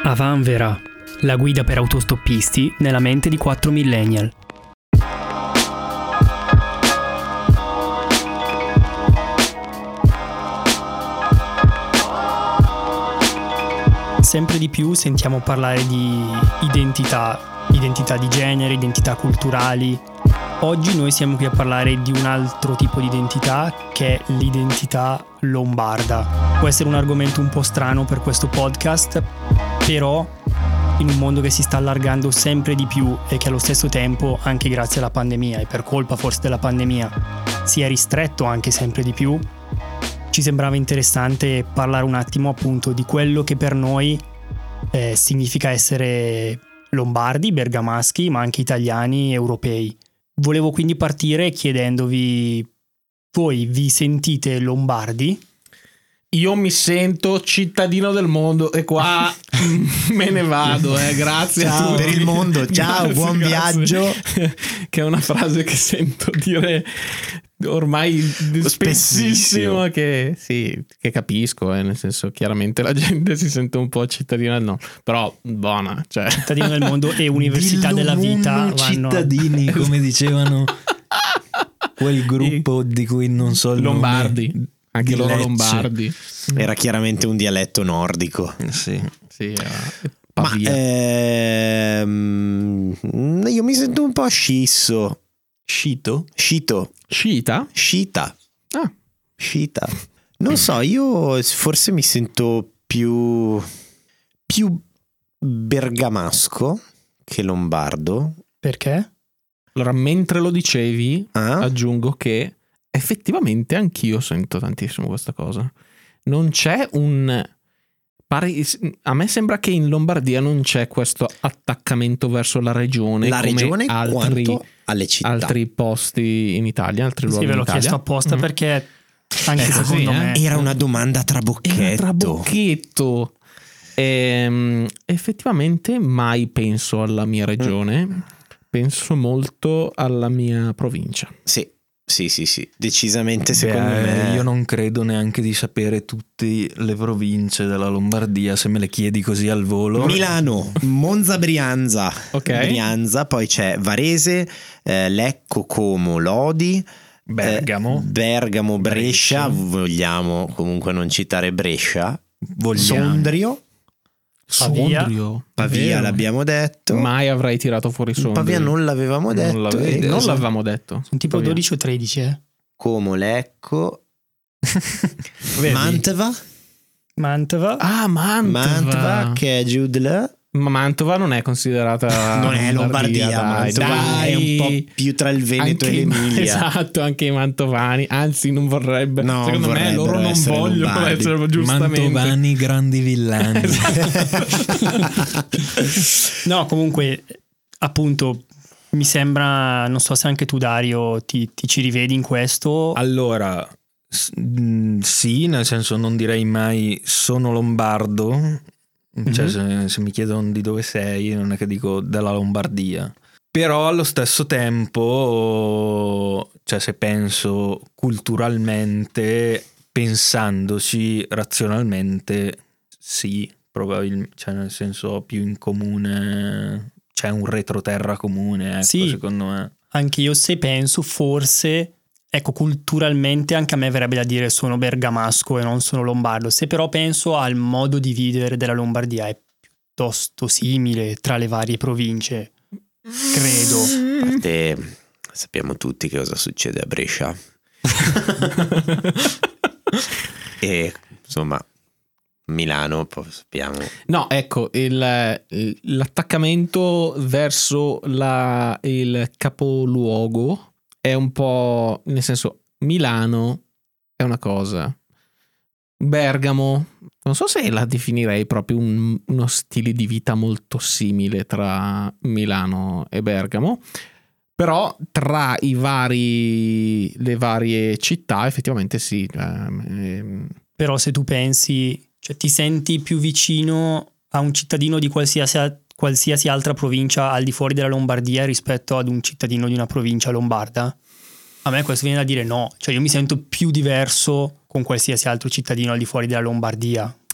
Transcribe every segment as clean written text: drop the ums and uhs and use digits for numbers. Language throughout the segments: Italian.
Avanvera, la guida per autostoppisti nella mente di 4 millennial. Sempre di più sentiamo parlare di identità di genere, identità culturali. Oggi noi siamo qui a parlare di un altro tipo di identità, che è l'identità lombarda. Può essere un argomento un po' strano per questo podcast, però in un mondo che si sta allargando sempre di più e che allo stesso tempo, anche grazie alla pandemia e per colpa forse della pandemia, si è ristretto anche sempre di più, ci sembrava interessante parlare un attimo appunto di quello che per noi significa essere lombardi, bergamaschi, ma anche italiani, europei. Volevo quindi partire chiedendovi: voi vi sentite lombardi? Io mi sento cittadino del mondo e qua me ne vado, grazie ciao, a tutti. Per il mondo, ciao, grazie, buon viaggio. Che è una frase che sento dire ormai spessissimo, che sì, che capisco, nel senso, chiaramente la gente si sente un po' cittadina del mondo, però buona, cioè cittadino del mondo e università della vita, cittadini, come dicevano quel gruppo di cui non so il Lombardi nome. Anche loro Lecce. lombardi. Era chiaramente un dialetto nordico. Sì, Ma io mi sento un po' scisso. Scito? Scito. Scita? Scita. Ah. Scita. Non so, io forse mi sento più bergamasco che lombardo. Perché? Allora, mentre lo dicevi, aggiungo che effettivamente anch'io sento tantissimo questa cosa. Non c'è a me sembra che in Lombardia non c'è questo attaccamento verso la regione come alle città. altri posti in Italia, altri luoghi ve in l'ho Italia. chiesto apposta perché anche secondo me era una domanda trabocchetto. Effettivamente mai penso alla mia regione, penso molto alla mia provincia. Sì, decisamente secondo me. Io non credo neanche di sapere tutte le province della Lombardia, se me le chiedi così al volo. Milano, Monza, Brianza, okay. Brianza, poi c'è Varese, Lecco, Como, Lodi, Bergamo, Brescia, vogliamo comunque non citare Brescia, Sondrio, Pavia l'abbiamo detto. Mai avrei tirato fuori Sondrio. Pavia non l'avevamo detto. Non l'avevamo detto. Sono tipo Pavia. 12 o 13, Como, Lecco. Mantova. Ah, Mantova che è giù di là. Ma Mantova non è considerata non è Lombardia, Mantova è un po' più tra il Veneto e l'Emilia. Esatto, anche i mantovani, anzi non vorrebbe, secondo me loro non vogliono essere, giustamente mantovani grandi villani. No, comunque appunto mi sembra, non so se anche tu Dario ti ci rivedi in questo. Allora sì, nel senso non direi mai sono lombardo. Cioè, se mi chiedono di dove sei, non è che dico della Lombardia. Però allo stesso tempo, cioè, se penso culturalmente, pensandoci razionalmente, sì, probabilmente, cioè nel senso più in comune, c'è un retroterra comune, ecco, sì, secondo me. Anche io se penso, forse, ecco, culturalmente anche a me verrebbe da dire sono bergamasco e non sono lombardo. Se però penso al modo di vivere della Lombardia è piuttosto simile tra le varie province, credo. A parte, sappiamo tutti che cosa succede a Brescia. E insomma Milano poi sappiamo. No, ecco, l'attaccamento verso il capoluogo è un po', nel senso, Milano è una cosa, Bergamo non so se la definirei proprio uno stile di vita molto simile tra Milano e Bergamo, però tra le varie città effettivamente sì. Però se tu pensi, cioè ti senti più vicino a un cittadino di qualsiasi altra provincia al di fuori della Lombardia rispetto ad un cittadino di una provincia lombarda? A me questo viene da dire no, cioè io mi sento più diverso con qualsiasi altro cittadino al di fuori della Lombardia.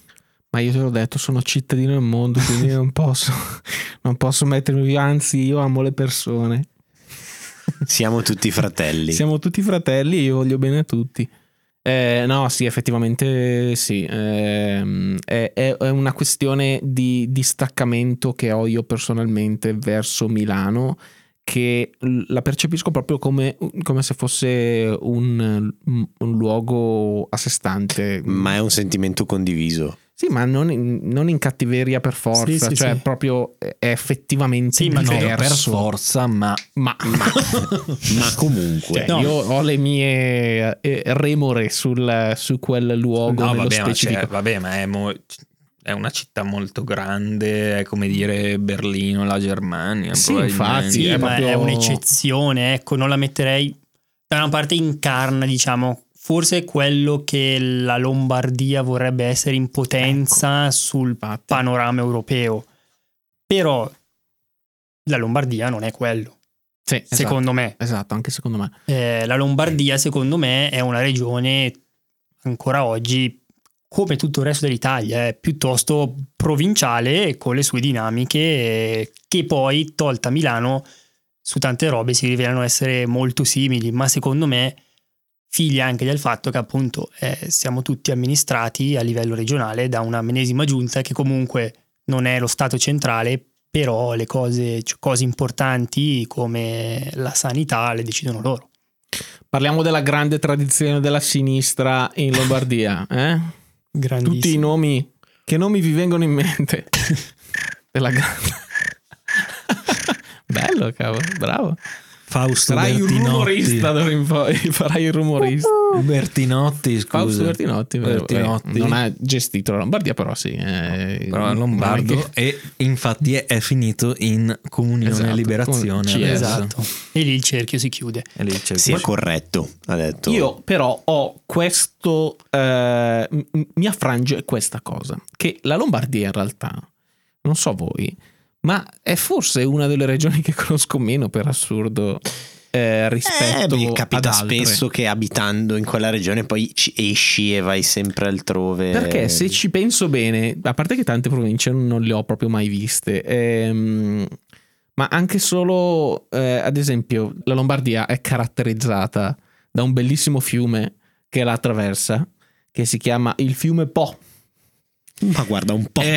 Ma io te l'ho detto, sono cittadino del mondo, quindi non posso mettermi via, anzi io amo le persone. Siamo tutti fratelli. Siamo tutti fratelli e io voglio bene a tutti. No, sì, effettivamente sì. È una questione di distaccamento che ho io personalmente verso Milano, che la percepisco proprio come se fosse un luogo a sé stante. Ma è un sentimento condiviso. Sì, ma non in cattiveria per forza, Sì, cioè sì. proprio è effettivamente Sì, ma no, diverso. Per forza, ma Ma comunque. Cioè, No. io ho le mie remore su quel luogo no, nello vabbè, specifico. ma è una città molto grande, è come dire Berlino, la Germania. Sì, probabilmente. infatti, Sì, è ma proprio- è un'eccezione, ecco, non la metterei. Da una parte incarna, diciamo, forse quello che la Lombardia vorrebbe essere in potenza sul infatti. panorama europeo. Però la Lombardia non è quello, Sì, esatto. secondo me. Esatto, anche secondo me. La Lombardia, secondo me, è una regione ancora oggi, come tutto il resto dell'Italia, è piuttosto provinciale con le sue dinamiche che poi, tolta Milano, su tante robe si rivelano essere molto simili, ma secondo me figlia anche del fatto che appunto siamo tutti amministrati a livello regionale da una medesima giunta che comunque non è lo Stato centrale, però le cose importanti come la sanità le decidono loro. Parliamo della grande tradizione della sinistra in Lombardia, eh? Grandissimo. Tutti i nomi, che nomi vi vengono in mente? Della grande. Bello, cavolo, bravo. Fausto Sarai un Bertinotti. rumorista d'ora in poi, farai il rumorista. Bertinotti, Fausto scusa. Bertinotti, Bertinotti. non ha gestito la Lombardia, però sì. Però è lombardo non è e infatti è finito in Comunione Esatto, e Liberazione. sì, adesso. Esatto. E lì il cerchio si chiude. E lì c'è Sì, è corretto, ha detto. Io però ho questo, mi affrange questa cosa, che la Lombardia in realtà, non so voi, ma è forse una delle regioni che conosco meno per assurdo rispetto mi capita ad altre. spesso che abitando in quella regione poi ci esci e vai sempre altrove. Perché se ci penso bene, a parte che tante province non le ho proprio mai viste, ma anche solo, ad esempio, la Lombardia è caratterizzata da un bellissimo fiume che la attraversa, che si chiama il fiume Po. Ma guarda un po'.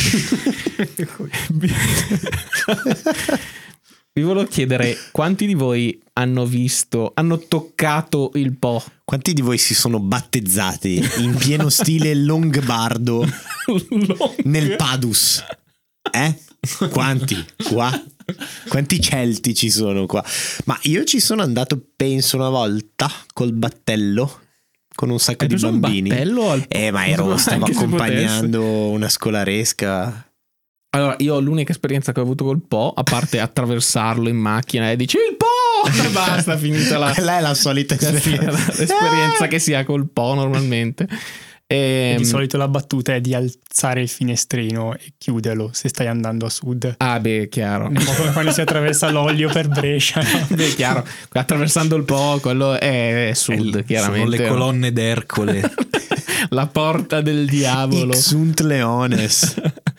Vi volevo chiedere quanti di voi hanno toccato il Po? Quanti di voi si sono battezzati in pieno stile longbardo nel Padus? Quanti? Qua? Quanti celti ci sono qua? Ma io ci sono andato penso una volta col battello con un sacco Hai di preso un bambini. battello al Ma stavo Anche se accompagnando una scolaresca. Allora, io l'unica esperienza che ho avuto col Po, a parte attraversarlo in macchina e dici il Po! E basta, finita la Quella è la solita esperienza. l'esperienza che si ha col Po normalmente. Di solito la battuta è di alzare il finestrino e chiuderlo se stai andando a sud. Ah, beh, chiaro. Un po' come quando si attraversa l'olio per Brescia. No? Beh, chiaro. Attraversando il Po, quello è sud, chiaramente. Sono le colonne d'Ercole. La porta del diavolo. Ixunt leones.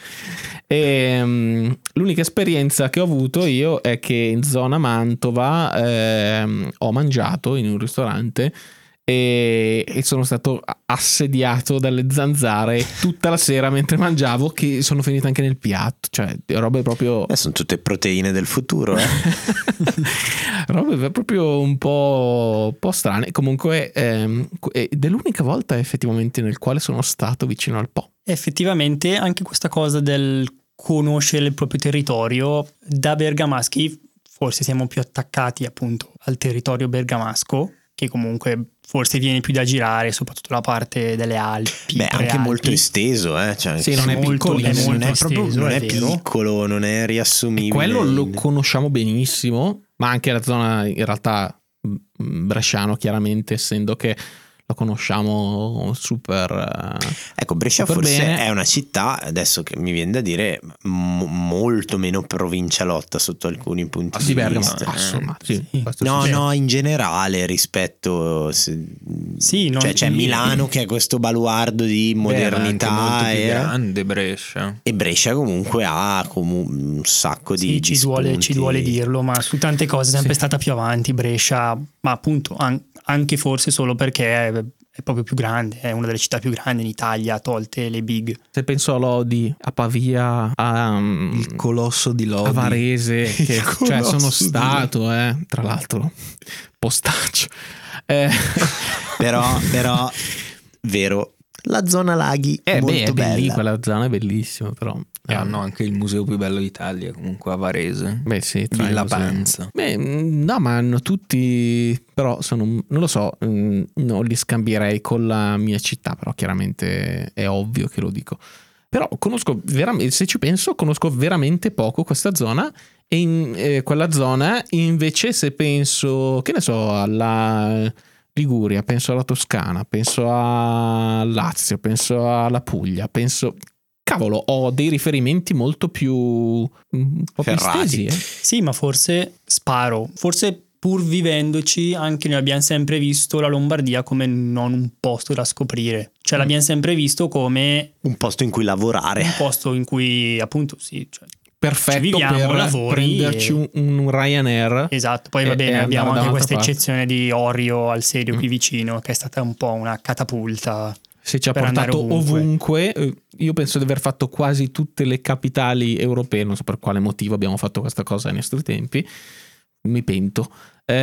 L'unica esperienza che ho avuto io è che in zona Mantova ho mangiato in un ristorante e sono stato assediato dalle zanzare tutta la sera mentre mangiavo, che sono finite anche nel piatto, cioè robe proprio Sono tutte proteine del futuro, robe proprio un po' strane. Comunque ed è l'unica volta effettivamente nel quale sono stato vicino al Po. Effettivamente anche questa cosa del conoscere il proprio territorio, da bergamaschi forse siamo più attaccati appunto al territorio bergamasco, che comunque forse viene più da girare, soprattutto la parte delle Alpi. Beh, anche Prealpi. molto esteso, Cioè, Sì, non è molto- piccolissimo. è molto non è proprio esteso, non è è vero. piccolo, non è riassumibile. Quello lo conosciamo benissimo, ma anche la zona in realtà bresciano, chiaramente, essendo che lo conosciamo super. Ecco, Brescia super forse bene. è una città, adesso che mi viene da dire, molto meno provincialotta sotto alcuni punti Di di Bergamo, vista. sì, questo No, sì. no, in generale rispetto Sì, non- cioè c'è Milano che è questo baluardo di Beh, ma è anche modernità molto più e grande Brescia. Brescia comunque ha un sacco di Sì, ci duole spunti. dirlo, ma su tante cose è sempre Sì. stata più avanti Brescia, ma appunto anche forse solo perché è proprio più grande, è una delle città più grandi in Italia, tolte le big. Se penso a Lodi, a Pavia, a Il colosso di Lodi. a Varese, che cioè, sono colosso di stato, tra l'altro, postaccio. Però vero, la zona laghi Beh, molto è bella. bella. Quella zona è bellissima, però. E hanno anche il museo più bello d'Italia, comunque a Varese. Beh, sì, tra Villa i musei. Panza. Beh, no, ma hanno tutti, però sono, non lo so, non li scambierei con la mia città, però chiaramente è ovvio che lo dico. Però conosco veramente, se ci penso, conosco veramente poco questa zona e in quella zona invece se penso, che ne so, alla Liguria, penso alla Toscana, penso a Lazio, penso alla Puglia, penso... Cavolo, ho dei riferimenti molto più un po' più Ferrati. estesi. Sì, ma forse forse pur vivendoci anche noi abbiamo sempre visto la Lombardia come non un posto da scoprire, cioè l'abbiamo sempre visto come Un posto in cui lavorare. un posto in cui appunto sì, cioè, Perfetto Ci viviamo, per lavori prenderci un Ryanair. esatto, poi va E bene, abbiamo andare anche da questa un'altra eccezione di Orio al Serio qui vicino, che è stata un po' una catapulta. Se ci ha per andare portato ovunque. Io penso di aver fatto quasi tutte le capitali europee, non so per quale motivo abbiamo fatto questa cosa ai nostri tempi. Mi pento.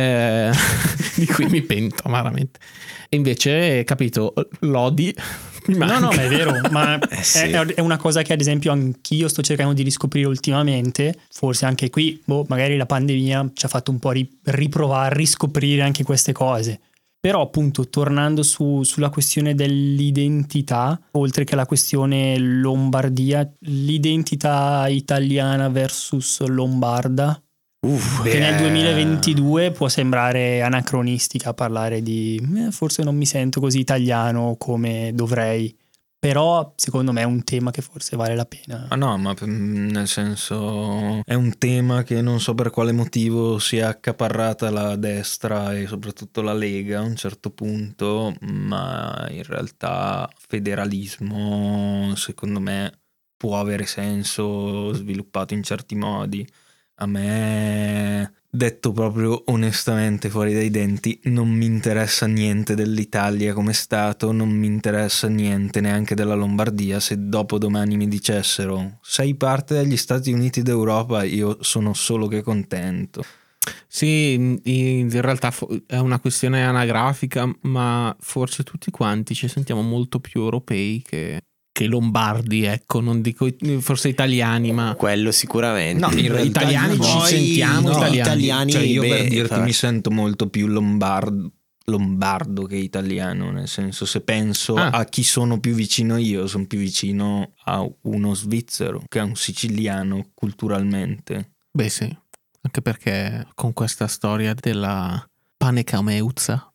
Di cui mi pento amaramente. E invece, capito, Lodi mi manca. No, ma è vero, ma sì. è una cosa che ad esempio anch'io sto cercando di riscoprire ultimamente, forse anche qui, magari la pandemia ci ha fatto un po' riprovare, riscoprire anche queste cose. Però appunto tornando sulla questione dell'identità, oltre che la questione Lombardia, l'identità italiana versus lombarda, che nel 2022 può sembrare anacronistica parlare di forse non mi sento così italiano come dovrei, però secondo me è un tema che forse vale la pena. Ma no, ma nel senso è un tema che non so per quale motivo si è accaparrata la destra e soprattutto la Lega a un certo punto, ma in realtà federalismo secondo me può avere senso sviluppato in certi modi. A me, detto proprio onestamente fuori dai denti, non mi interessa niente dell'Italia come stato, non mi interessa niente neanche della Lombardia. Se dopo domani mi dicessero sei parte degli Stati Uniti d'Europa, io sono solo che contento. Sì, in realtà è una questione anagrafica, ma forse tutti quanti ci sentiamo molto più europei che lombardi, ecco, non dico forse italiani, ma Quello sicuramente. No, in realtà italiani io ci poi- sentiamo no, italiani. Cioè io beh, per dirti vabbè. mi sento molto più lombardo che italiano, nel senso se penso a chi sono più vicino io, sono più vicino a uno svizzero che a un siciliano culturalmente. Beh sì, anche perché con questa storia della panecameuzza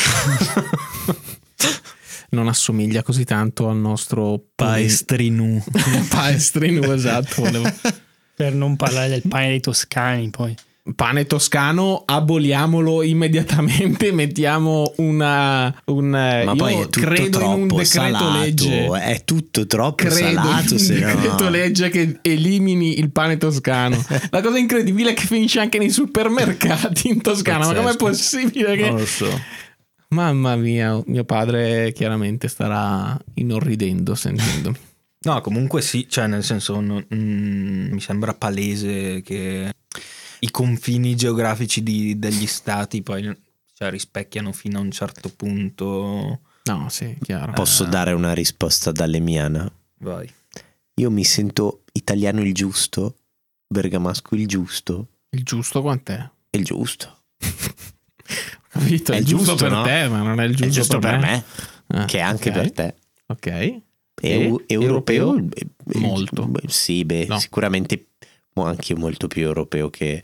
non assomiglia così tanto al nostro Paestrinu. paestrino, esatto, volevo. Per non parlare del pane dei toscani poi. Pane toscano, aboliamolo immediatamente, mettiamo Ma io poi è tutto credo in un troppo decreto salato, legge. è tutto troppo Credo salato, in se un no. decreto legge che elimini il pane toscano. La cosa incredibile è che finisce anche nei supermercati in Toscana. Ma com'è Pazzesco. possibile che... Non lo so. Mamma mia, mio padre chiaramente starà inorridendo sentendomi. No, comunque sì, cioè nel senso mi sembra palese che i confini geografici degli stati poi rispecchiano fino a un certo punto. No, sì, chiaro. Posso dare una risposta dalle Vai. Io mi sento italiano il giusto, bergamasco il giusto Il giusto quant'è? e il giusto. Capito? È È il il giusto giusto, per no? te, ma non è il giusto, È giusto per me, Ah, che è anche ok. per te. Ok. Europeo? Molto. Sì, beh, No. sicuramente anche molto più europeo che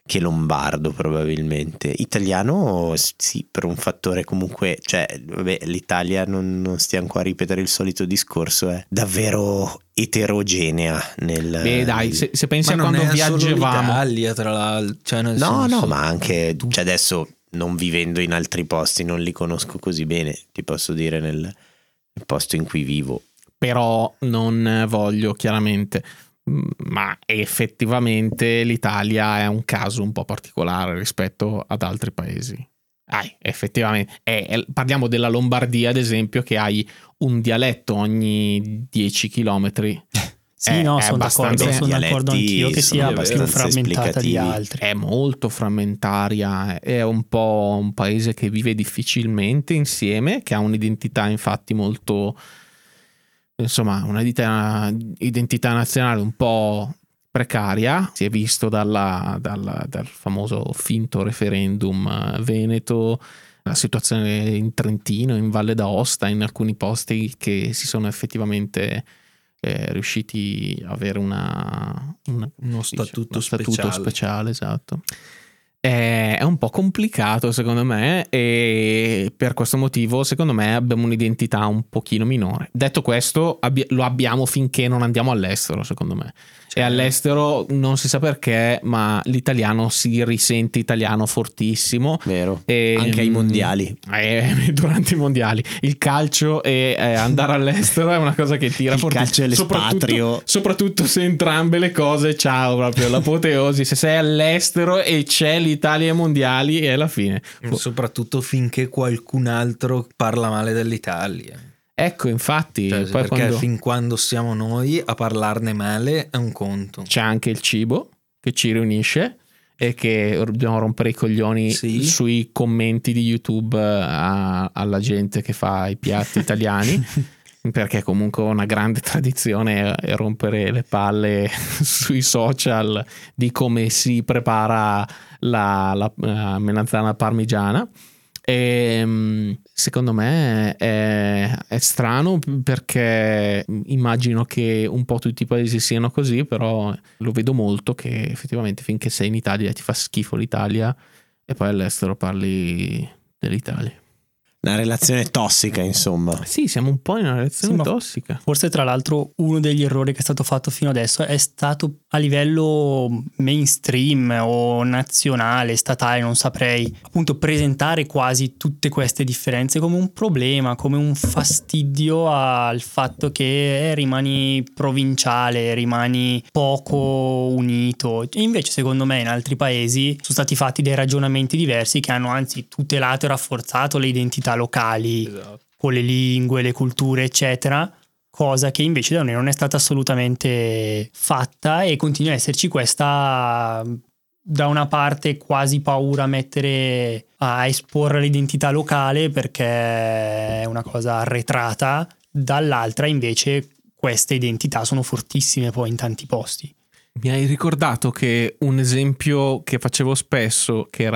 che lombardo probabilmente. Italiano sì, per un fattore comunque, cioè vabbè, l'Italia non stiamo qua a ripetere il solito discorso, è davvero eterogenea nel... Beh dai, se pensi a Ma non quando è solo viaggiavamo, l'Italia, tra l'altro, cioè nel No, senso, ma anche, cioè adesso non vivendo in altri posti non li conosco così bene, ti posso dire nel posto in cui vivo. però non voglio chiaramente, ma effettivamente l'Italia è un caso un po' particolare rispetto ad altri paesi. Effettivamente, parliamo della Lombardia ad esempio, che hai un dialetto ogni 10 chilometri. Sì, no, sono d'accordo, sono dialetti d'accordo anch'io che sia più abbastanza frammentata di esplicativi. altri. È molto frammentaria, è un po' un paese che vive difficilmente insieme, che ha un'identità infatti molto, insomma, un'identità nazionale un po' precaria. Si è visto dal famoso finto referendum veneto, la situazione in Trentino, in Valle d'Aosta, in alcuni posti che si sono effettivamente riusciti a avere uno statuto speciale, esatto. È un po' complicato secondo me, e per questo motivo secondo me abbiamo un'identità un pochino minore. Detto questo, lo abbiamo finché non andiamo all'estero, secondo me. E all'estero non si sa perché, ma l'italiano si risente italiano fortissimo. Vero, e anche ai mondiali. Durante i mondiali il calcio e andare all'estero è una cosa che tira fortissimo. Il calcio è l'espatrio, soprattutto se entrambe le cose, ciao, proprio l'apoteosi. Se sei all'estero e c'è l'Italia ai mondiali, è la fine. Soprattutto finché qualcun altro parla male dell'Italia. Ecco, infatti, Cioè, poi perché fin quando siamo noi a parlarne male è un conto. c'è anche il cibo che ci riunisce e che dobbiamo rompere i coglioni sui commenti di YouTube alla gente che fa i piatti italiani, perché comunque è una grande tradizione rompere le palle sui social di come si prepara la melanzana parmigiana. E secondo me è strano, perché immagino che un po' tutti i paesi siano così, però lo vedo molto che effettivamente finché sei in Italia ti fa schifo l'Italia e poi all'estero parli dell'Italia. Una relazione tossica, insomma. Sì, siamo un po' in una relazione tossica. Forse tra l'altro uno degli errori che è stato fatto fino adesso è stato a livello mainstream o nazionale, statale, non saprei, appunto presentare quasi tutte queste differenze come un problema, come un fastidio al fatto che rimani provinciale, rimani poco unito. E invece secondo me in altri paesi sono stati fatti dei ragionamenti diversi che hanno anzi tutelato e rafforzato le identità locali, esatto, con le lingue, le culture eccetera, cosa che invece da noi non è stata assolutamente fatta, e continua a esserci questa, da una parte, quasi paura a mettere a esporre l'identità locale perché è una cosa arretrata, dall'altra invece queste identità sono fortissime poi in tanti posti. Mi hai ricordato che un esempio che facevo spesso, che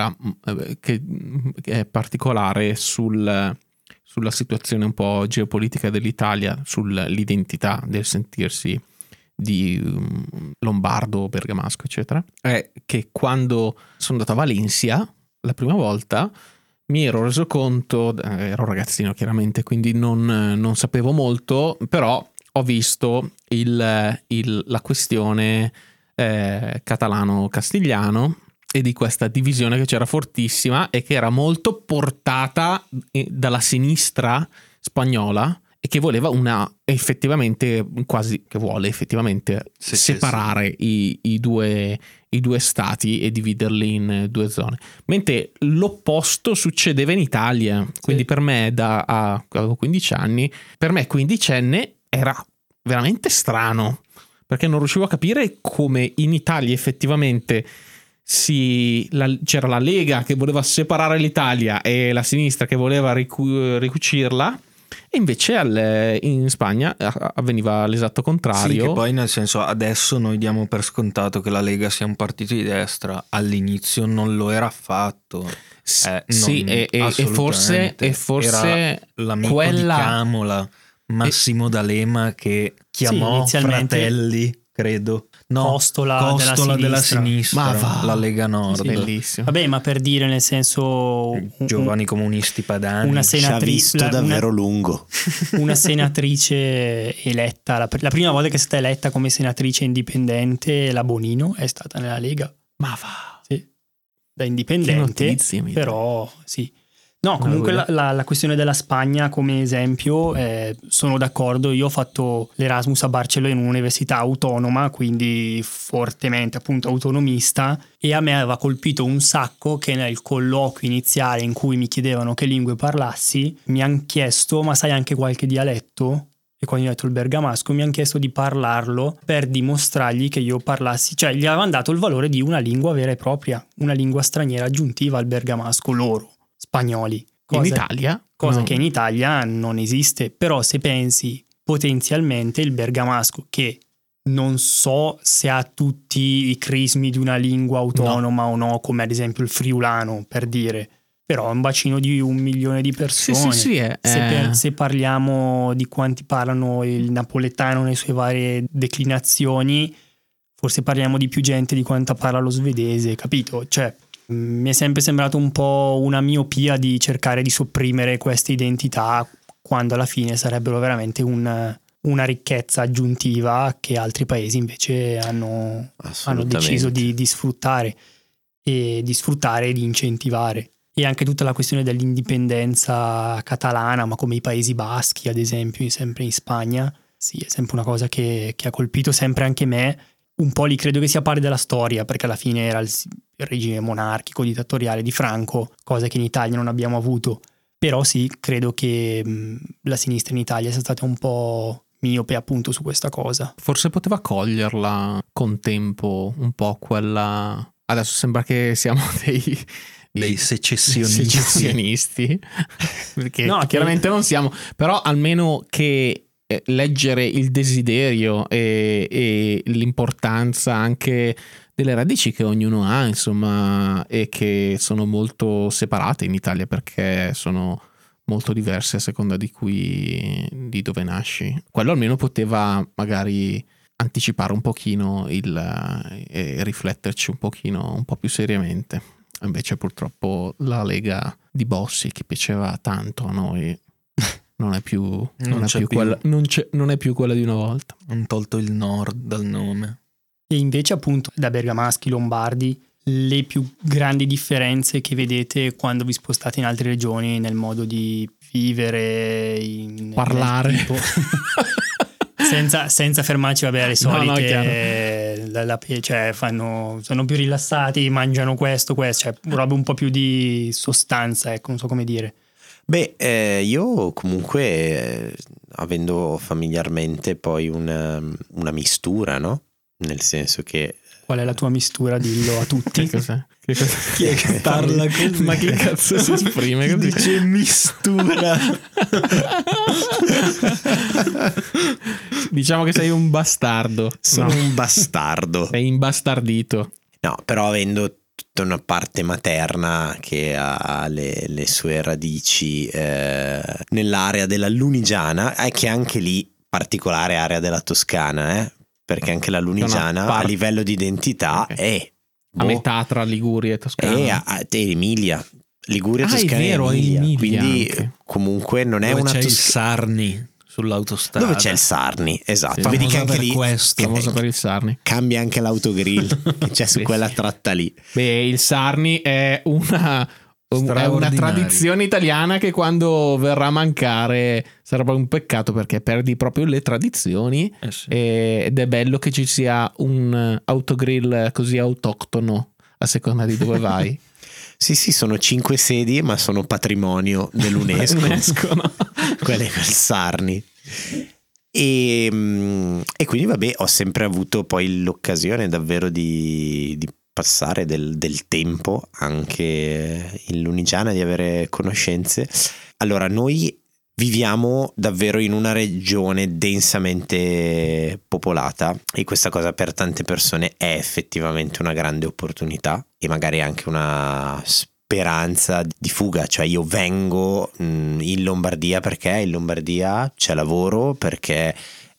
è particolare sulla situazione un po' geopolitica dell'Italia, sull'identità del sentirsi di lombardo, bergamasco, eccetera, è che quando sono andato a Valencia la prima volta mi ero reso conto, ero ragazzino chiaramente, quindi non sapevo molto, però ho visto la questione catalano-castigliano e di questa divisione che c'era fortissima e che era molto portata dalla sinistra spagnola e che voleva effettivamente separare I due stati e dividerli in due zone, mentre l'opposto succedeva in Italia. Quindi per me avevo 15 anni, per me quindicenne era veramente strano, perché non riuscivo a capire come in Italia effettivamente c'era la Lega che voleva separare l'Italia e la sinistra che voleva ricucirla, e invece in Spagna avveniva l'esatto contrario. Sì, che poi nel senso adesso noi diamo per scontato che la Lega sia un partito di destra, all'inizio non lo era affatto. E forse era l'amico di Camola, Massimo D'Alema, che chiamò fratelli, credo. No, Costola della sinistra, Ma va. la Lega Nord. Bellissimo. Vabbè, ma per dire, nel senso, Giovani comunisti padani. una Ci ha visto davvero lungo. una senatrice eletta, la prima volta che è stata eletta come senatrice indipendente, la Bonino, è stata nella Lega. Ma va. Sì, da indipendente, Che notizie, mi però sì. No, comunque la questione della Spagna come esempio, sono d'accordo. Io ho fatto l'Erasmus a Barcellona in un'università autonoma, quindi fortemente appunto autonomista, e a me aveva colpito un sacco che nel colloquio iniziale in cui mi chiedevano che lingue parlassi, mi hanno chiesto: ma sai anche qualche dialetto? E quando io ho detto il bergamasco, mi hanno chiesto di parlarlo per dimostrargli che io parlassi, cioè gli avevano dato il valore di una lingua vera e propria, una lingua straniera aggiuntiva al bergamasco, loro spagnoli. In Italia? Cosa No. che in Italia non esiste. Però se pensi potenzialmente il bergamasco, che non so se ha tutti i crismi di una lingua autonoma o no, come ad esempio il friulano, per dire, però è un bacino di 1 milione di persone. Sì, Se parliamo di quanti parlano il napoletano nelle sue varie declinazioni, forse parliamo di più gente di quanta parla lo svedese, capito? Cioè, mi è sempre sembrato un po' una miopia di cercare di sopprimere queste identità, quando alla fine sarebbero veramente una ricchezza aggiuntiva che altri paesi invece hanno deciso di sfruttare e di incentivare. E anche tutta la questione dell'indipendenza catalana, ma come i Paesi Baschi ad esempio, sempre in Spagna, sì, è sempre una cosa che ha colpito sempre anche me. Un po' lì credo che sia parte della storia, perché alla fine era il regime monarchico, dittatoriale di Franco, cosa che in Italia non abbiamo avuto. Però sì, credo che la sinistra in Italia sia stata un po' miope appunto su questa cosa. Forse poteva coglierla con tempo un po' quella... Adesso sembra che siamo dei secessionisti. Perché No, chiaramente non siamo, però almeno che leggere il desiderio e l'importanza anche delle radici che ognuno ha, insomma, e che sono molto separate in Italia perché sono molto diverse a seconda di dove nasci. Quello almeno poteva magari anticipare un pochino e rifletterci un pochino, un po' più seriamente. Invece purtroppo la Lega di Bossi, che piaceva tanto a noi, non è più quella di una volta. Hanno tolto il nord dal nome. E invece appunto da bergamaschi, lombardi, le più grandi differenze che vedete quando vi spostate in altre regioni nel modo di vivere, parlare, nel tipo. senza fermarci, vabbè, alle solite, cioè sono più rilassati, mangiano questo, cioè roba un po' più di sostanza, ecco, non so come dire. Beh, io comunque, avendo familiarmente poi una mistura, no? Nel senso che... Qual è la tua mistura? Dillo a tutti. Che cos'è? Chi è che parla così? Ma che cazzo si esprime così? Dice mistura. Diciamo che sei un bastardo. Sono un bastardo. Sei imbastardito. No, però avendo tutta una parte materna che ha le sue radici nell'area della Lunigiana, che anche lì particolare area della Toscana, perché anche la Lunigiana a livello di identità è a metà tra Liguria e Toscana. E Emilia. Liguria, Toscana, è vero, Emilia. Quindi anche. Comunque non è dove una c'è il Sarni sull'autostrada. Dove c'è il Sarni, esatto. Sì, Vedi che anche per lì questo. Famoso per il Sarni. cambia anche l'autogrill che c'è su quella tratta lì. Beh, il Sarni è una tradizione italiana che quando verrà a mancare sarà un peccato, perché perdi proprio le tradizioni. Sì. Ed è bello che ci sia un autogrill così autoctono a seconda di dove vai. Sì, sono 5 sedie, ma sono patrimonio dell'UNESCO. No? Quelle del Sarni. E quindi vabbè, ho sempre avuto poi l'occasione davvero di passare del tempo anche in Lunigiana, di avere conoscenze. Allora, noi viviamo davvero in una regione densamente popolata e questa cosa per tante persone è effettivamente una grande opportunità e magari anche una speranza di fuga. Cioè io vengo in Lombardia perché in Lombardia c'è lavoro, perché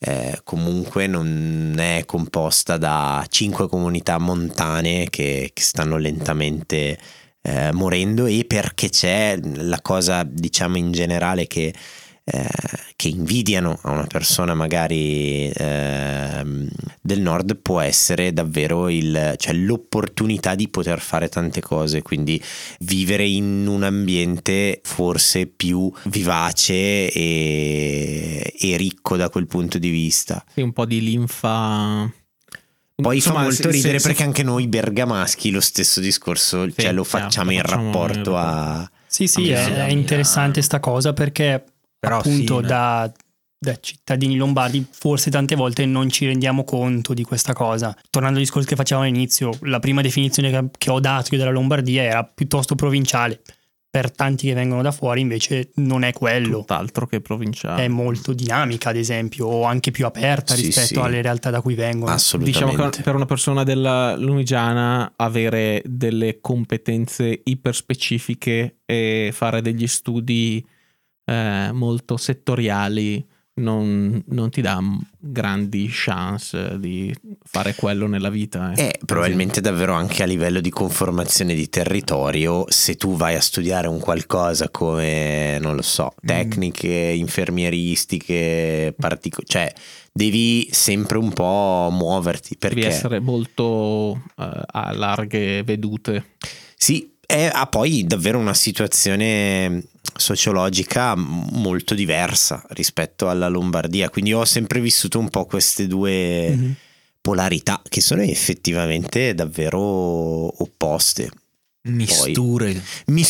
comunque non è composta da 5 comunità montane che stanno lentamente morendo, e perché c'è la cosa, diciamo, in generale che invidiano a una persona magari del nord può essere davvero cioè l'opportunità di poter fare tante cose, quindi vivere in un ambiente forse più vivace e ricco da quel punto di vista. Sì, un po' di linfa. Poi Insomma, fa molto ridere se- perché anche noi bergamaschi lo stesso discorso, Sì, cioè lo certo, facciamo in facciamo rapporto in a... Sì, A Milano. è interessante sta cosa, perché Però appunto sì, no? da cittadini lombardi forse tante volte non ci rendiamo conto di questa cosa. Tornando al discorso che facevamo all'inizio, la prima definizione che ho dato io della Lombardia era piuttosto provinciale. Per tanti che vengono da fuori invece non è quello. Tutt'altro che provinciale. È molto dinamica, ad esempio, o anche più aperta Sì, rispetto sì. alle realtà da cui vengono. Assolutamente. Diciamo che per una persona della Lunigiana avere delle competenze iperspecifiche e fare degli studi molto settoriali non ti dà grandi chance di fare quello nella vita. E probabilmente davvero anche a livello di conformazione di territorio, se tu vai a studiare un qualcosa come, non lo so, tecniche infermieristiche, cioè devi sempre un po' muoverti, Devi perché essere molto a larghe vedute. sì, ha poi davvero una situazione sociologica molto diversa rispetto alla Lombardia, quindi ho sempre vissuto un po' queste due polarità che sono effettivamente davvero opposte. Misture.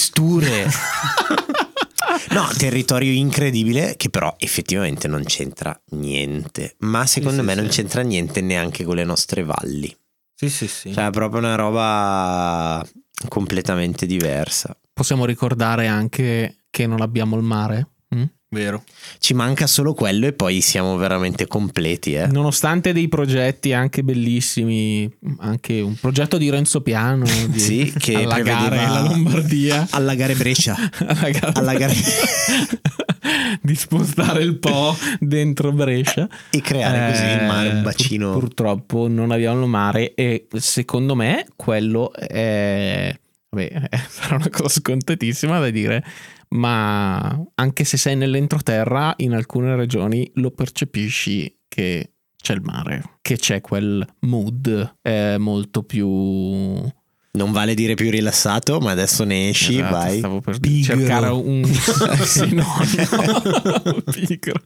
No, territorio incredibile che però effettivamente non c'entra niente, ma secondo me non c'entra niente neanche con le nostre valli. Sì. Cioè è proprio una roba completamente diversa. Possiamo ricordare anche che non abbiamo il mare. Vero. Ci manca solo quello e poi siamo veramente completi, Nonostante dei progetti anche bellissimi, anche un progetto di Renzo Piano di Sì, che allagare prevedeva la Lombardia, allagare Brescia. Allagare di spostare il Po dentro Brescia e creare così il mare, un bacino. Purtroppo non abbiamo il mare, e secondo me quello è sarà una cosa scontatissima da dire, ma anche se sei nell'entroterra in alcune regioni lo percepisci che c'è il mare, che c'è quel mood molto più, Non vale dire più rilassato, ma adesso ne esci, esatto, vai. stavo per Pigro. cercare un sinonimo. Pigro.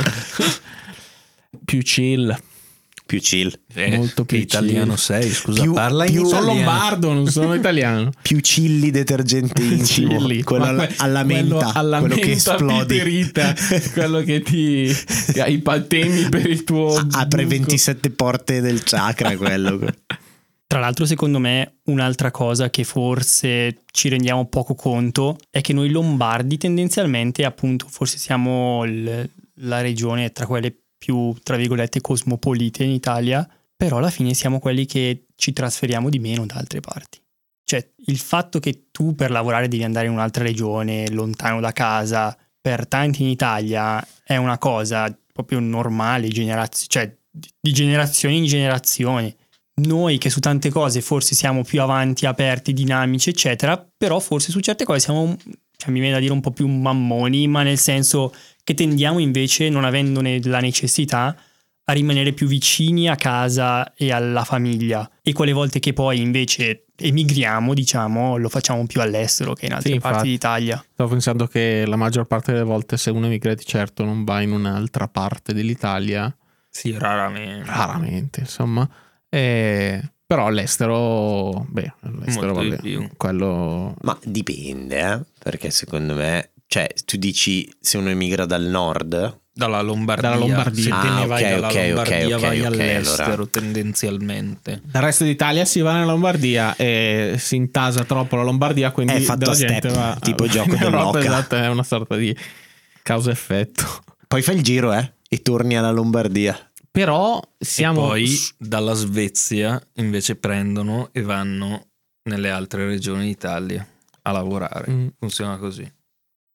Più chill. Più chill. Molto più che italiano chill. sei, scusa, Più- parla in più- Sono italiano. lombardo, non sono italiano. Più chilli detergente intimo. Chilli. Quello Ma alla menta. alla quello che menta esplodi. piperita, quello che che ha i patemi per il tuo Apre buco. 27 porte del chakra quello. Tra l'altro, secondo me, un'altra cosa che forse ci rendiamo poco conto è che noi lombardi tendenzialmente, appunto, forse siamo la regione tra quelle più, tra virgolette, cosmopolite in Italia, però alla fine siamo quelli che ci trasferiamo di meno da altre parti. Cioè, il fatto che tu per lavorare devi andare in un'altra regione, lontano da casa, per tanti in Italia è una cosa proprio normale, cioè di generazione in generazione. Noi che su tante cose forse siamo più avanti, aperti, dinamici, eccetera, però forse su certe cose siamo, cioè, mi viene da dire un po' più mammoni, ma nel senso che tendiamo invece, non avendone la necessità, a rimanere più vicini a casa e alla famiglia. E quelle volte che poi invece emigriamo, diciamo, lo facciamo più all'estero che in altre Sì, parti infatti. d'Italia. Stavo pensando che la maggior parte delle volte, se uno emigra, di certo non va in un'altra parte dell'Italia, Sì, raramente, insomma. Però all'estero, all'estero Molto di vabbè, più. quello Ma dipende, perché secondo me, cioè, tu dici se uno emigra dal nord, dalla Lombardia. Dalla Lombardia. Se te ne vai dalla Lombardia vai ok, all'estero allora. tendenzialmente. nel resto d'Italia si va nella Lombardia e si intasa troppo la Lombardia, quindi È fatto della a step, gente va tipo gioco in Europa, dell'oca. esatto, è una sorta di causa-effetto. poi fai il giro, e torni alla Lombardia. Però siamo E poi dalla Svezia invece prendono e vanno nelle altre regioni d'Italia a lavorare. Funziona così.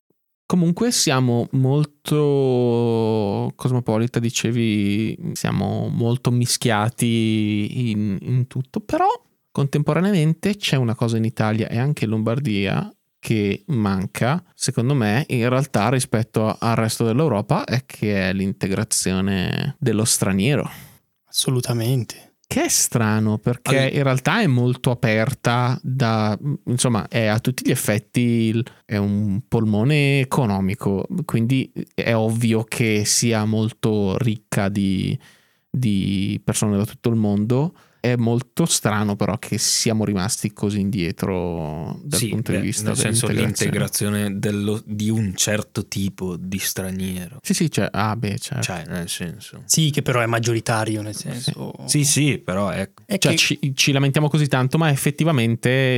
Comunque siamo molto cosmopolita, dicevi, siamo molto mischiati in tutto, però contemporaneamente c'è una cosa in Italia e anche in Lombardia che manca, secondo me, in realtà rispetto al resto dell'Europa, è che è l'integrazione dello straniero. Assolutamente. Che è strano, perché in realtà è molto aperta insomma, è a tutti gli effetti è un polmone economico, quindi è ovvio che sia molto ricca di persone da tutto il mondo. È molto strano però che siamo rimasti così indietro dal punto di vista nel senso dell'integrazione. l'integrazione di un certo tipo di straniero. Sì, certo. Cioè, nel senso. Sì, che però è maggioritario, nel senso. Sì, però ecco. È Cioè, che ci lamentiamo così tanto, ma effettivamente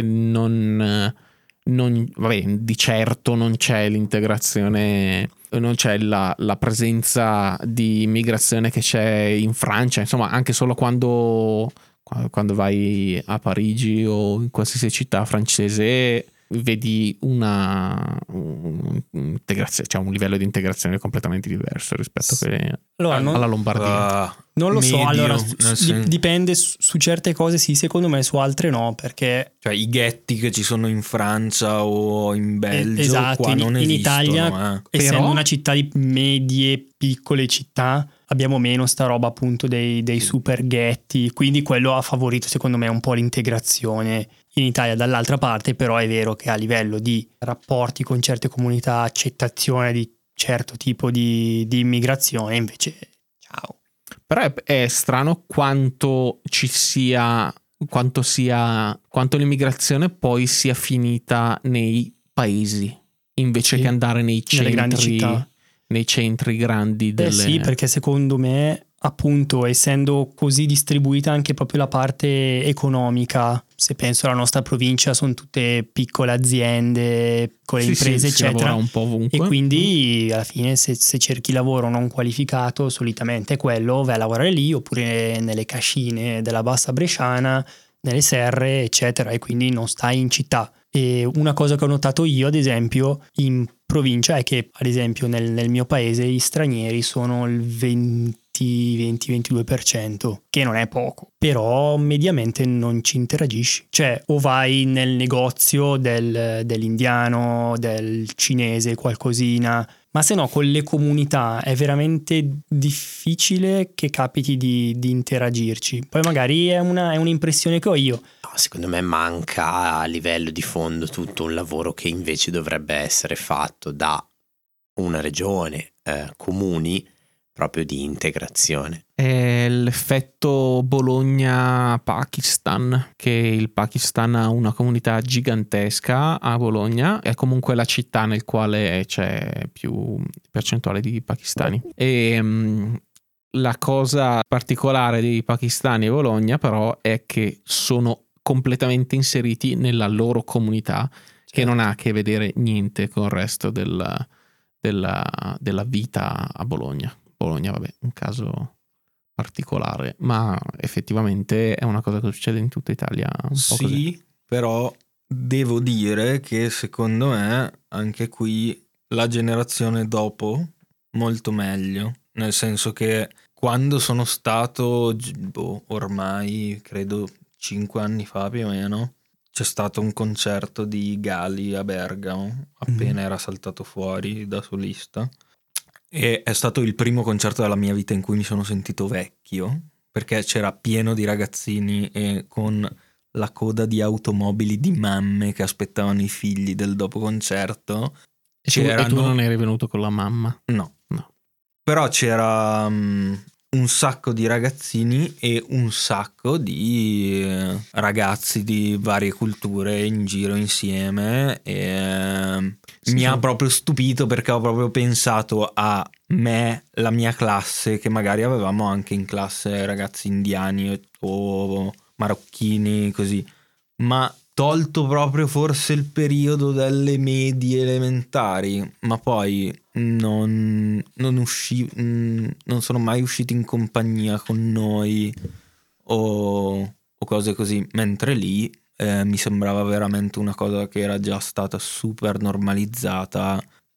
vabbè, di certo non c'è l'integrazione, non c'è la presenza di immigrazione che c'è in Francia, insomma, anche solo quando vai a Parigi o in qualsiasi città francese vedi un'integrazione, cioè un livello di integrazione completamente diverso rispetto alla Lombardia. Non lo medio, so, allora nel senso. dipende su certe cose sì, secondo me su altre no, perché Cioè i ghetti che ci sono in Francia o in Belgio, esatto, qua non in esistono. Italia, essendo Però- una città di medie, piccole città, abbiamo meno sta roba appunto dei super ghetti, quindi quello ha favorito secondo me un po' l'integrazione in Italia. Dall'altra parte però è vero che a livello di rapporti con certe comunità, accettazione di certo tipo di immigrazione, invece ciao. Però è strano quanto l'immigrazione poi sia finita nei paesi invece Sì, che andare nei nelle grandi centri, città. nei centri grandi delle... Sì, perché secondo me, appunto, essendo così distribuita anche proprio la parte economica, se penso alla nostra provincia, sono tutte piccole aziende, piccole imprese, si eccetera. lavora un po' ovunque. E quindi alla fine se cerchi lavoro non qualificato, solitamente è quello, vai a lavorare lì, oppure nelle cascine della Bassa Bresciana, nelle serre, eccetera, e quindi non stai in città. E una cosa che ho notato io, ad esempio, in provincia è che, ad esempio, nel mio paese i stranieri sono il 20-22%, che non è poco, però mediamente non ci interagisci. Cioè, o vai nel negozio dell'indiano, del cinese, qualcosina, ma se no con le comunità è veramente difficile che capiti di interagirci. Poi magari è un'impressione che ho io. No, secondo me manca a livello di fondo tutto un lavoro che invece dovrebbe essere fatto da una regione, comuni, proprio di integrazione. È l'effetto Bologna-Pakistan, che il Pakistan ha una comunità gigantesca a Bologna, è comunque la città nel quale c'è più percentuale di pakistani. E la cosa particolare dei pakistani a Bologna però è che sono completamente inseriti nella loro comunità, che non ha a che vedere niente con il resto della vita a Bologna. Bologna, vabbè, un caso particolare, ma effettivamente è una cosa che succede in tutta Italia un po' Sì, così. però devo dire che secondo me anche qui la generazione dopo molto meglio, nel senso che quando sono stato ormai credo 5 anni fa più o meno, c'è stato un concerto di Gali a Bergamo appena era saltato fuori da solista. E è stato il primo concerto della mia vita in cui mi sono sentito vecchio, perché c'era pieno di ragazzini e con la coda di automobili di mamme che aspettavano i figli del dopo concerto. E tu non eri venuto con la mamma? No. Però c'era un sacco di ragazzini e un sacco di ragazzi di varie culture in giro insieme e mi ha proprio stupito, perché ho proprio pensato a me, la mia classe, che magari avevamo anche in classe ragazzi indiani o marocchini così, ma tolto proprio forse il periodo delle medie elementari, ma poi non sono mai usciti in compagnia con noi o cose così, mentre lì mi sembrava veramente una cosa che era già stata super normalizzata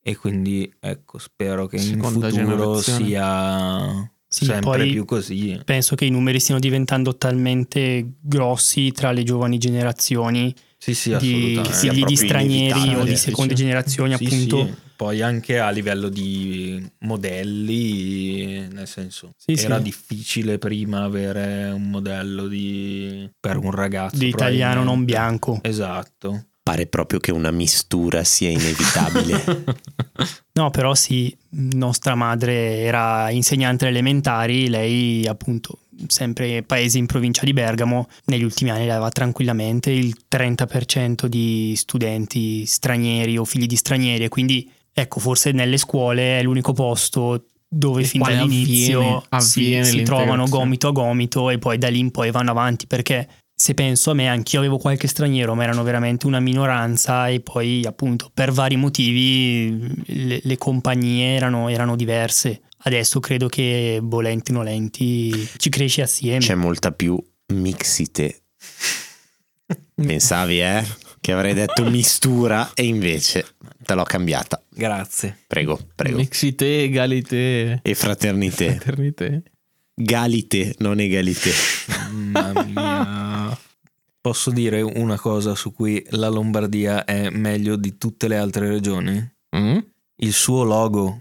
e quindi ecco, spero che Seconda in futuro generazione. sia Sì, sempre poi più così. penso che i numeri stiano diventando talmente grossi tra le giovani generazioni Sì, sì, di assolutamente. figli di proprio stranieri o inevitabile, di sì, seconde sì. generazioni, Sì, appunto. sì. Poi anche a livello di modelli, nel senso, Sì, era sì. difficile prima avere un modello per un ragazzo Di italiano non probabilmente. bianco. Esatto. Pare proprio che una mistura sia inevitabile. No, però sì, nostra madre era insegnante alle elementari, lei appunto sempre paese in provincia di Bergamo, negli ultimi anni aveva tranquillamente il 30% di studenti stranieri o figli di stranieri, e quindi ecco, forse nelle scuole è l'unico posto dove Il fin quale dall'inizio avviene si trovano l'integrazione. gomito a gomito e poi da lì in poi vanno avanti, perché se penso a me, anch'io avevo qualche straniero, ma erano veramente una minoranza, e poi appunto per vari motivi le compagnie erano diverse. Adesso credo che volenti o nolenti ci cresci assieme. C'è molta più mixite. Pensavi, che avrei detto mistura e invece te l'ho cambiata. Grazie. Prego. Mixité, egalité, E fraternité. eternité. Galité, non egalité. Mamma mia. Posso dire una cosa su cui la Lombardia è meglio di tutte le altre regioni? Mm? Il suo logo,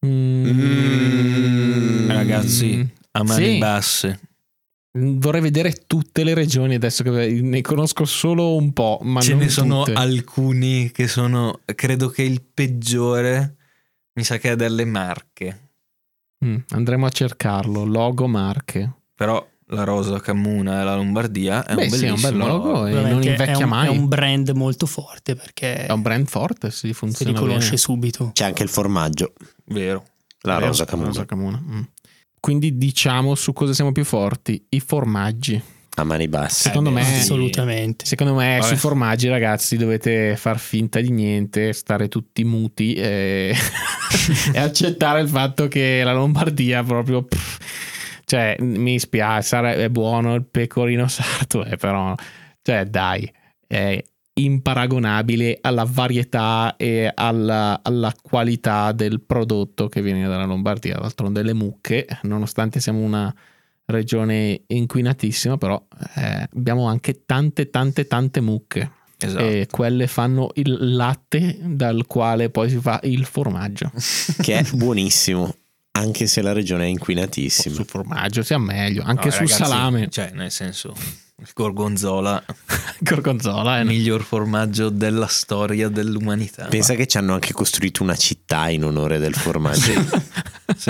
ragazzi, a mani Sì. basse. Vorrei vedere tutte le regioni adesso, che ne conosco solo un po', ma Ce non ne sono tutte. alcuni che sono, credo che il peggiore mi sa che è delle Marche, Andremo a cercarlo. Logo Marche. però la rosa comune e la Lombardia è Beh, un sì, è un bellissimo bel logo e non Veramente invecchia mai. È un brand molto forte, perché È un brand forte, si si funziona riconosce bene. subito. C'è anche il formaggio, vero. la Vero? rosa camuna. Rosa Camuna. Quindi diciamo su cosa siamo più forti? I formaggi. A mani basse. Secondo me- sì. Assolutamente. Secondo me Vabbè. sui formaggi, ragazzi, dovete far finta di niente, stare tutti muti e, e accettare il fatto che la Lombardia proprio... cioè, mi spiace, è buono il pecorino sardo, però... cioè, dai, è imparagonabile alla varietà e alla qualità del prodotto che viene dalla Lombardia. D'altronde le mucche, nonostante siamo una regione inquinatissima, però abbiamo anche tante mucche. Esatto. E quelle fanno il latte dal quale poi si fa il formaggio. Che è buonissimo, anche se la regione è inquinatissima. Sul formaggio sia meglio, anche No, sul ragazzi, salame. Cioè, nel senso, il gorgonzola, Gorgonzola il miglior formaggio della storia dell'umanità. Pensa che ci hanno anche costruito una città in onore del formaggio. Sì.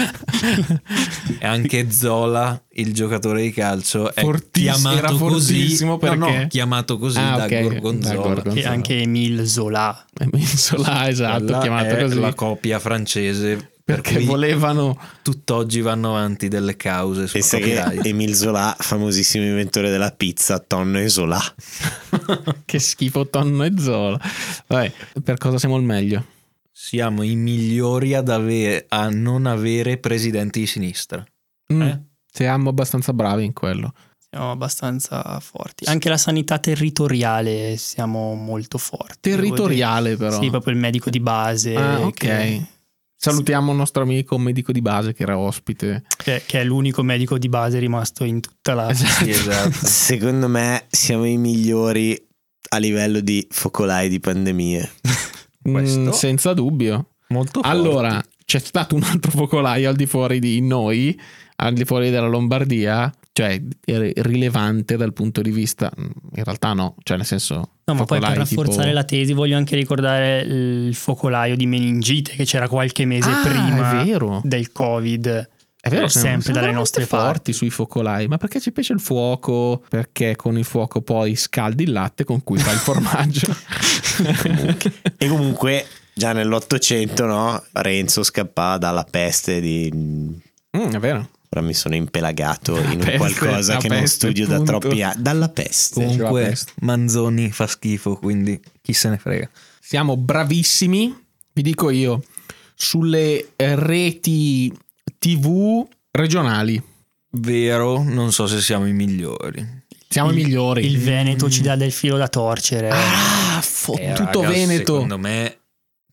E anche Zola, il giocatore di calcio, è Fortissimo, era chiamato così. fortissimo perché- No, chiamato così da ok, Gorgonzola. da Gorgonzola. E anche Emile Zola. Mensola, esatto, Quella chiamato è così. la copia francese per Perché cui volevano... tutt'oggi vanno avanti delle cause su Pensa che copyright. Émile Zola, famosissimo inventore della pizza, tonno e Zola. Che schifo tonno e Zola. Vabbè, per cosa siamo il meglio? Siamo i migliori a non avere presidenti di sinistra. Siamo abbastanza bravi in quello. Siamo abbastanza forti. Anche la sanità territoriale siamo molto forti. Territoriale però. Sì, proprio il medico di base. Ok. Che Salutiamo il nostro amico medico di base che era ospite. che è l'unico medico di base rimasto in tutta la... Sì, esatto. Secondo me siamo i migliori a livello di focolai di pandemie. Questo- Senza dubbio. Molto forti. Allora, c'è stato un altro focolaio al di fuori di noi, al di fuori della Lombardia, cioè rilevante dal punto di vista, in realtà no, cioè nel senso... No, ma poi per focolai rafforzare tipo- la tesi voglio anche ricordare il focolaio di meningite che c'era qualche mese prima è vero. del Covid. È vero, sempre siamo dalle veramente nostre forti parti. sui focolai, ma perché ci piace il fuoco? Perché con il fuoco poi scaldi il latte con cui fai il formaggio. E comunque già nell'800, no? Renzo scappava dalla peste di... È vero. Ora mi sono impelagato in un peste, qualcosa la che non peste, studio da punto. troppi anni. Dalla peste. Sì. Comunque la peste. Manzoni fa schifo, quindi chi se ne frega. Siamo bravissimi, vi dico io, sulle reti TV regionali. Vero, non so se siamo i migliori. Siamo i migliori. Il Veneto ci dà del filo da torcere. Ah, Eh, tutto ragazzi, Veneto. Secondo me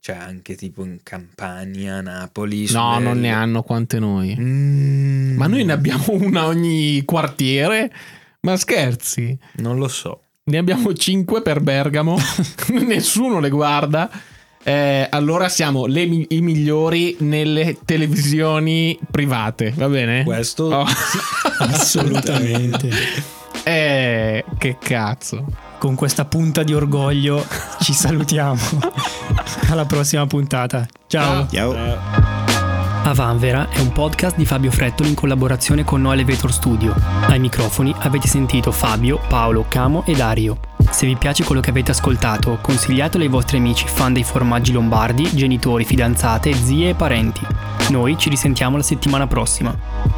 Cioè anche tipo in Campania, Napoli. No, non ne hanno quante noi. Ma noi ne abbiamo una ogni quartiere? Ma scherzi? Non lo so. Ne abbiamo 5 per Bergamo. Nessuno le guarda. Allora siamo i migliori nelle televisioni private, va bene? Questo Oh. Assolutamente. Che cazzo. Con questa punta di orgoglio ci salutiamo. Alla prossima puntata. Ciao. Ciao. A Vanvera è un podcast di Fabio Frettoli in collaborazione con No Elevator Studio. Ai microfoni avete sentito Fabio, Paolo, Camo e Dario. Se vi piace quello che avete ascoltato, consigliatelo ai vostri amici fan dei formaggi lombardi, genitori, fidanzate, zie e parenti. Noi ci risentiamo la settimana prossima.